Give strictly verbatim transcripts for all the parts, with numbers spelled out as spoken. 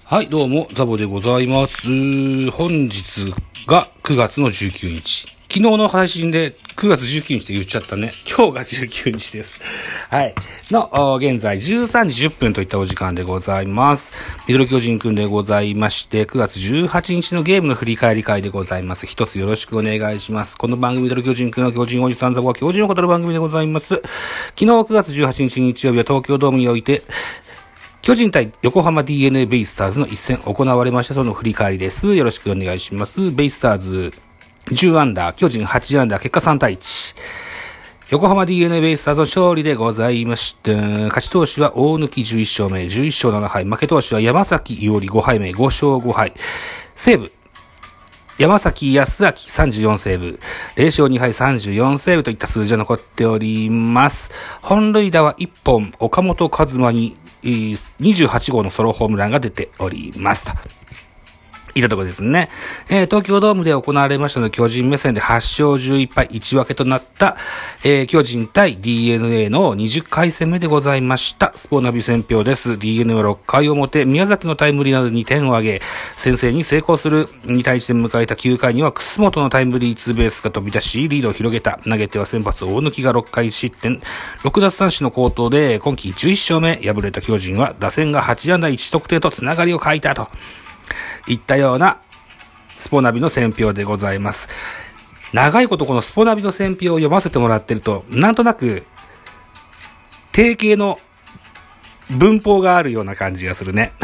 はい、どうも、ザボでございます。本日がくがつのじゅうくにち。昨日の配信でくがつじゅうくにちって言っちゃったね。今日がじゅうくにちです。はい。の、現在じゅうさんじじゅっぷんといったお時間でございます。ミドル巨人くんでございまして、くがつじゅうはちにちのゲームの振り返り会でございます。一つよろしくお願いします。この番組ミドル巨人くんの巨人おじさんザボは巨人を語る番組でございます。昨日くがつじゅうはちにち日曜日は東京ドームにおいて、巨人対横浜 ディーエヌエー ベイスターズの一戦行われました。その振り返りです。よろしくお願いします。ベイスターズじゅうアンダー、巨人はちアンダー、結果さんたいいち。横浜 ディーエヌエー ベイスターズの勝利でございました。勝ち投手は大貫じゅういっしょうめ、じゅういっしょうななはい。負け投手は山崎伊織ごはいめ、ごしょうごはい。西武山崎康明さんじゅうよんセーブ、ぜろしょうにはいさんじゅうよんセーブといった数字が残っております。本塁打はいっぽん、岡本和真ににじゅうはちごうのソロホームランが出ておりますといったところですね。えー、東京ドームで行われましたので、巨人目線ではちしょうじゅういっぱいいち分けとなった、えー、巨人対 ディーエヌエー のにじゅっかいせんめでございました。スポナビ選評です。ディーエヌエー はろっかい表、宮崎のタイムリーなどにてんを挙げ、先制に成功するにたいいちで迎えたきゅうかいには、楠本のタイムリーツーベースが飛び出し、リードを広げた。投げては先発大貫がろっかい失点、ろくだつさんしんの好投で、今季じゅういっしょうめ、敗れた巨人は、打線がはちあんだいちとくてんとつながりを欠いたといったような、スポナビの選評でございます。長いことこのスポナビの選評を読ませてもらってると、なんとなく、定型の文法があるような感じがするね。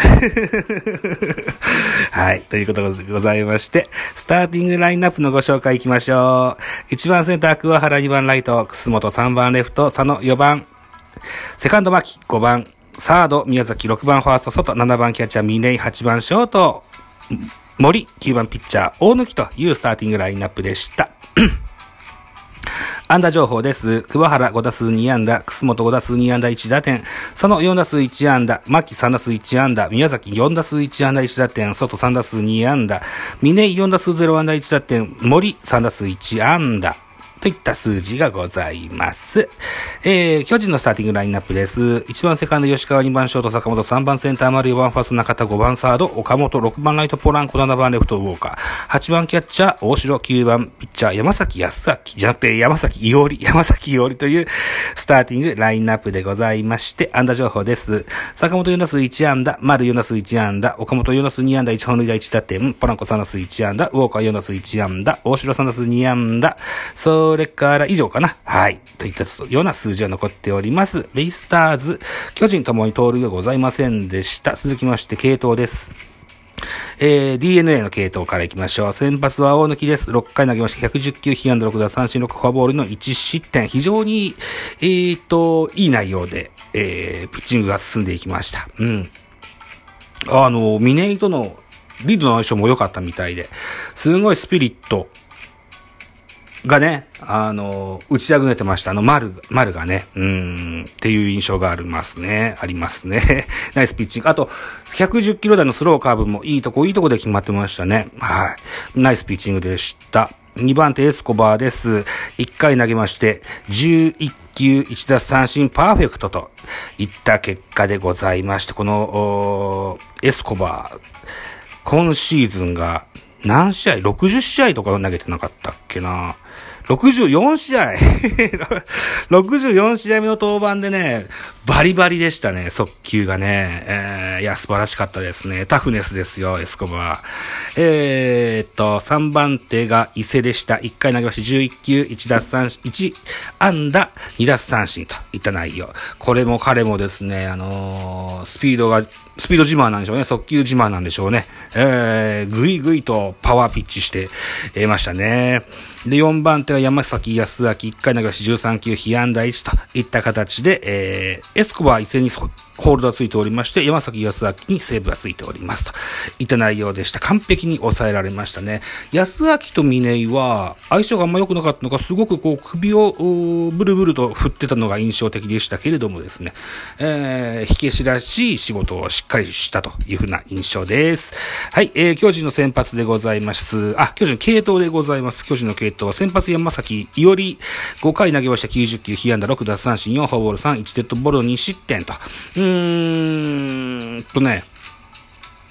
はい。ということでございまして、スターティングラインナップのご紹介いきましょう。いちばんセンター、桑原、にばんライト、楠本、さんばんレフト、佐野、よばん、セカンド、牧、ごばん、サード、宮崎、ろくばんファースト、外、ななばんキャッチャー、峰井、はちばんショート、森、きゅうばんピッチャー、大貫というスターティングラインナップでした。安打情報です。桑原ごだすうにあんだ、楠本ごだすうにあんだいちだてん、佐野よんだすういちあんだ、牧さんだすういちあんだ、宮崎よんだすういちあんだいちだてん、外さんだすうにあんだ、峰井よんだすうゼロあんだいちだてん、森さんだすういちあんだ。といった数字がございます。えー、巨人のスターティングラインナップです。いちばんセカンド吉川、にばんショート坂本、さんばんセンター丸、よばんファースト中田、ごばんサード岡本、ろくばんライトポランコ、ななばんレフトウォーカー、はちばんキャッチャー大城、きゅうばんピッチャー山崎康明じゃなくて山崎伊織、山崎伊織というスターティングラインナップでございまして、安打情報です。坂本よんだすういちあんだ、丸よんだすういちあんだ、岡本よんだすうにあんだいち本塁打いち打点、ポランコさんだすういちあんだ、ウォーカーよんだすういちあんだ、大城さんだすうにあんだ、それから以上かな。はい。といったような数字が残っております。ベイスターズ、巨人ともに盗塁がございませんでした。続きまして、継投です。えー、ディーエヌエー の継投からいきましょう。先発は大貫です。ろっかい投げまして、ひゃくじゅっきゅう、被安打ろくださんしんろくフォアボールのいちしってん。非常に、えーと、いい内容で、えー、ピッチングが進んでいきました。うん。あの、峰井とのリードの相性も良かったみたいで、すごいスピリット、がね、あの、打ちあぐねてました。あの、丸、丸がね、うーん、っていう印象がありますね。ありますね。ナイスピッチング。あと、ひゃくじゅっキロ台のスローカーブもいいとこ、いいとこで決まってましたね。はい。ナイスピッチングでした。にばん手エスコバーです。いっかい投げまして、じゅういっきゅういちださんしんパーフェクトといった結果でございまして、この、エスコバー、今シーズンが何試合 ?ろくじゅっしあいとか投げてなかったっけな。ろくじゅうよんしあいろくじゅうよんしあいめの登板でね、バリバリでしたね、速球がね。えー、いや、素晴らしかったですね。タフネスですよ、エスコバー。えー、っと、さんばん手が伊勢でした。いっかい投げまして、じゅういっきゅう、いちださんしん、いちあんだ、にだつさんしんといった内容。これも彼もですね、あのー、スピードが、スピード自慢なんでしょうね。速球自慢なんでしょうね。えー、ぐいぐいとパワーピッチしていましたね。で、よんばん手は山崎康明、いっかい投げましてじゅうさんきゅう、被安打いちといった形で、えー、エスコバー伊勢にホールドがついておりまして、山崎康明にセーブがついておりますといった内容でした。完璧に抑えられましたね。康明と峰井は相性があんま良くなかったのか、すごくこう首をブルブルと振ってたのが印象的でしたけれどもですね、えー、火消しらしい仕事をしっかりしたというふうな印象です。はい、えー、巨人の先発でございます。あ、巨人の継投でございます。巨人の継投は先発山崎伊織、ごかい投げましたきゅうじゅっきゅう、被安打ろくださんしんよんフォアボールさん、いちデッドボールにしってんと。うーんとね、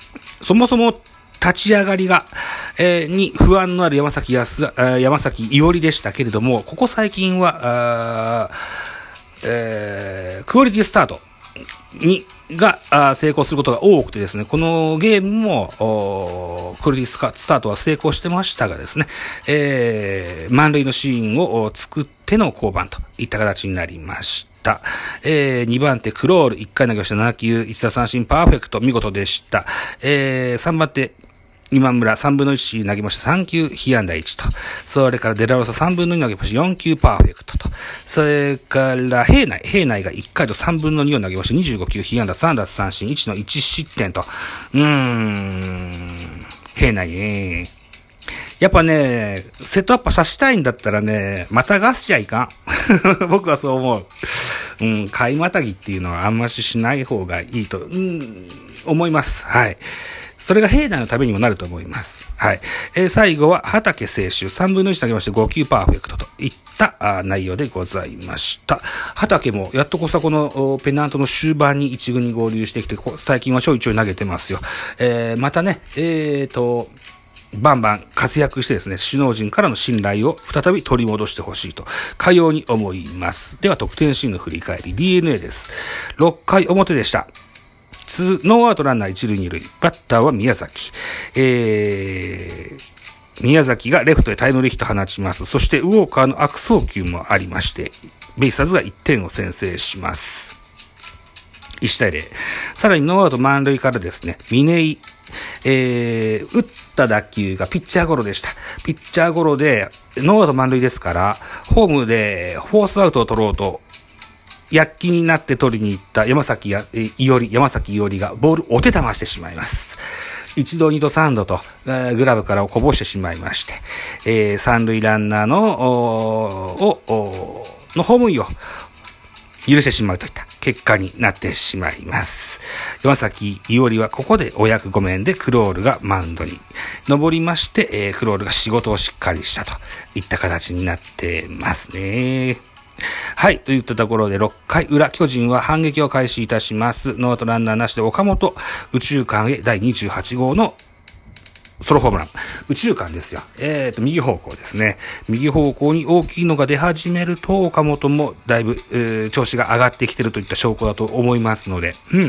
そもそも立ち上がりが、えー、に不安のある山崎康、山崎伊織でしたけれども、ここ最近は、えー、クオリティスタートに、が成功することが多くてですね、このゲームも、クオリティスタートは成功してましたがですね、えー、満塁のシーンを作っての降板といった形になりました。えー、にばん手クロール、いっかい投げましたなな球、いち打三振パーフェクト、見事でした。えー、さんばん手、今村さんぶんのいち投げましたさん球、被安打いちと。それからデラロサさんぶんのに投げましたよん球パーフェクトと。それから平内、平内がいっかいとさんぶんのにを投げましたにじゅうご球、被安打さん奪三振いちのいち失点と。うーん、平内ね。やっぱね、セットアップさせたいんだったらね、またがしちゃいかん。僕はそう思う。うん、買いまたぎっていうのはあんまししない方がいいと、うん、思います。はい。それが平内のためにもなると思います。はい。えー、最後は畑清舟さんぶんのいち投げましてご球パーフェクトといったあ内容でございました。畑もやっとこそこのペナントの終盤に一軍に合流してきて、最近はちょいちょい投げてますよ。えー、またね、えーと、バンバン活躍してですね、首脳陣からの信頼を再び取り戻してほしいと、かように思います。では得点シーンの振り返り、ディーエヌエー です。ろっかい表でした。ノーアウトランナー一塁二塁。バッターは宮崎。えー、宮崎がレフトへタイムリーヒット放ちます。そしてウォーカーの悪送球もありまして、ベイスターズがいってんを先制します。いちたいゼロ。さらにノーアウト満塁からですね、峰井、えー、打った打球がピッチャーゴロでした。ピッチャーゴロで、ノーアウト満塁ですから、ホームでフォースアウトを取ろうと、躍起になって取りに行った山崎や、えー、伊織、山崎伊織がボールをお手玉してしまいます。一度、二度、三度と、えー、グラブからこぼしてしまいまして、えー、三塁ランナーの、おおのホームインを許してしまうといった結果になってしまいます。山崎伊織はここでお役御免でクロールがマウンドに登りまして、えー、クロールが仕事をしっかりしたといった形になってますね。はい。といったところでろっかい裏、巨人は反撃を開始いたします。ノーアウトランナーなしで岡本、宇宙間へだいにじゅうはち号のソロホームラン。宇宙間ですよ。えーと、右方向ですね。右方向に大きいのが出始めると、岡本もだいぶ、えー、調子が上がってきてるといった証拠だと思いますので、うん。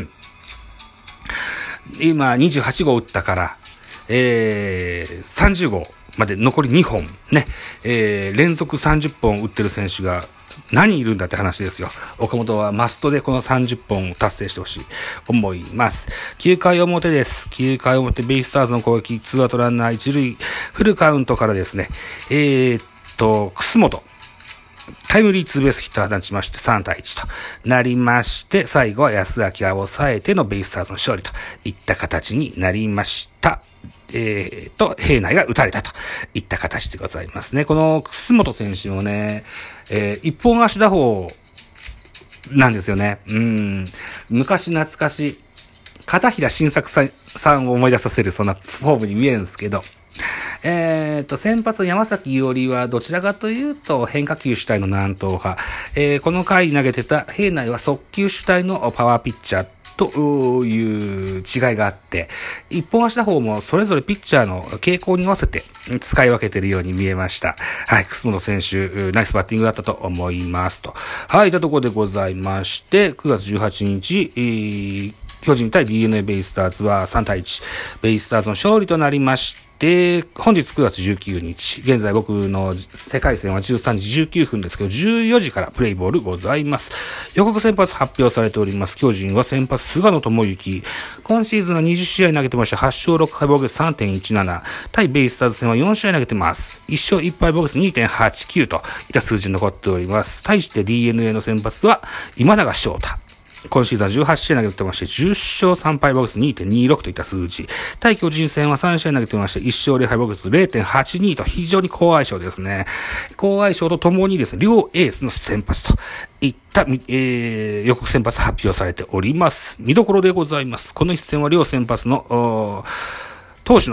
今、にじゅうはち号打ったから、えー、さんじゅう号まで残りにほん。ね。えー、連続さんじゅっぽん打ってる選手が、何いるんだって話ですよ。岡本はマストでこのさんじゅっぽんを達成してほしい思います。きゅうかい表です。きゅうかい表ベイスターズの攻撃、ツーアウトランナー一塁、フルカウントからですね、えー、っと、楠本、タイムリーツーベースヒットを放ちましてさんたいいちとなりまして、最後は安明が抑えてのベイスターズの勝利といった形になりました。えーと、平内が打たれたといった形でございますね。この楠本選手もね、えー、一本足打法なんですよね。うん。昔懐かしい、片平新作さんを思い出させるそんなフォームに見えるんですけど、えーと、先発山崎伊織はどちらかというと変化球主体の南東派。えー、この回投げてた平内は速球主体のパワーピッチャー。という違いがあって、一本足打法もそれぞれピッチャーの傾向に合わせて使い分けているように見えました。はい、楠本選手、ナイスバッティングだったと思いますと。はい、というところでございまして、くがつじゅうはちにち、えー、巨人対 ディーエヌエー ベイスターズはさんたいいち、ベイスターズの勝利となりまして、で、本日くがつじゅうくにち、現在僕の世界戦はじゅうさんじじゅうきゅうふんですけど、じゅうよじからプレイボールございます。予告先発発表されております。巨人は先発菅野智之。今シーズンはにじゅっしあい投げてまして、はちしょうろくはい防御率 さんてんいちなな。対ベイスターズ戦はよんしあい投げてます。いっしょういっぱい防御率 にてんはちきゅう といった数字に残っております。対して ディーエヌエー の先発は今永翔太。今シーズンはじゅうはちしあい投げてまして、じゅっしょうさんぱい防御率 にてんにろく といった数字。対巨人戦はさんしあい投げてまして、いっしょうぜろはい防御率 れいてんはちに と非常に好相性ですね。好相性とともにですね、両エースの先発といった、えー、予告先発発表されております。見どころでございます。この一戦は両先発の、投手の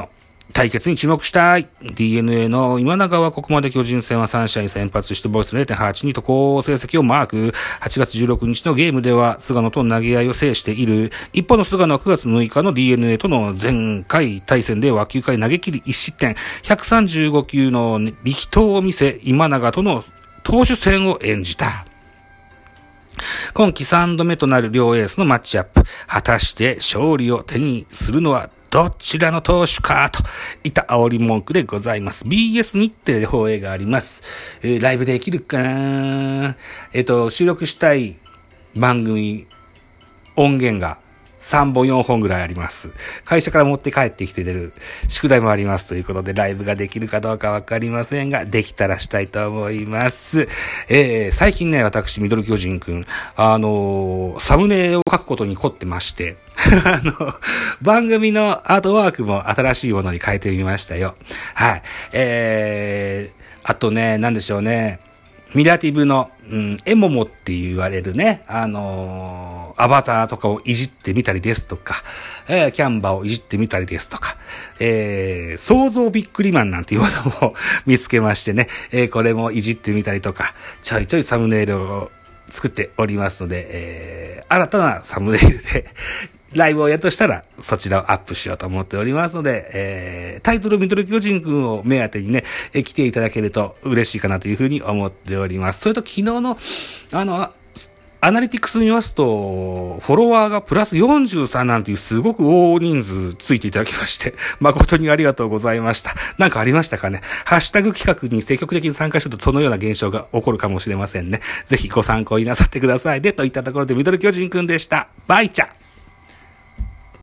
対決に注目したい。ディーエヌエー の今永はここまで巨人戦はさん試合先発してボイス ゼロてんはちに と好成績をマーク。はちがつじゅうろくにちのゲームでは菅野と投げ合いを制している。一方の菅野はくがつむいかの ディーエヌエー との前回対戦ではきゅうかい投げ切りいちしってん、ひゃくさんじゅうごきゅうの力投を見せ、今永との投手戦を演じた。今季さんどめとなる両エースのマッチアップ。果たして勝利を手にするのはどちらの投手かといった煽り文句でございます。ビーエス 日程で放映があります。えー、ライブできるかな。えっと、収録したい番組音源がさんぼんよんほんぐらいあります。会社から持って帰ってきて出る宿題もありますということで、ライブができるかどうかわかりませんが、できたらしたいと思います。えー、最近ね、私、ミドル巨人くん、あのー、サムネを書くことに凝ってまして、あの、番組のアートワークも新しいものに変えてみましたよ。はい。えー、あとね、なんでしょうね。ミラティブの、うん、エモモって言われるね、あのー、アバターとかをいじってみたりですとか、えー、キャンバーをいじってみたりですとか、えー、想像びっくりマンなんていうものを見つけましてね、えー、これもいじってみたりとか、ちょいちょいサムネイルを作っておりますので、えー、新たなサムネイルで、ライブをやるとしたら、そちらをアップしようと思っておりますので、えー、タイトルミドル巨人くんを目当てにね、えー、来ていただけると嬉しいかなというふうに思っております。それと昨日の、あの、アナリティクス見ますと、フォロワーがプラスよんじゅうさんなんていうすごく大人数ついていただきまして、誠にありがとうございました。なんかありましたかね。ハッシュタグ企画に積極的に参加するとそのような現象が起こるかもしれませんね。ぜひご参考になさってくださいね。といったところでミドル巨人くんでした。バイチャ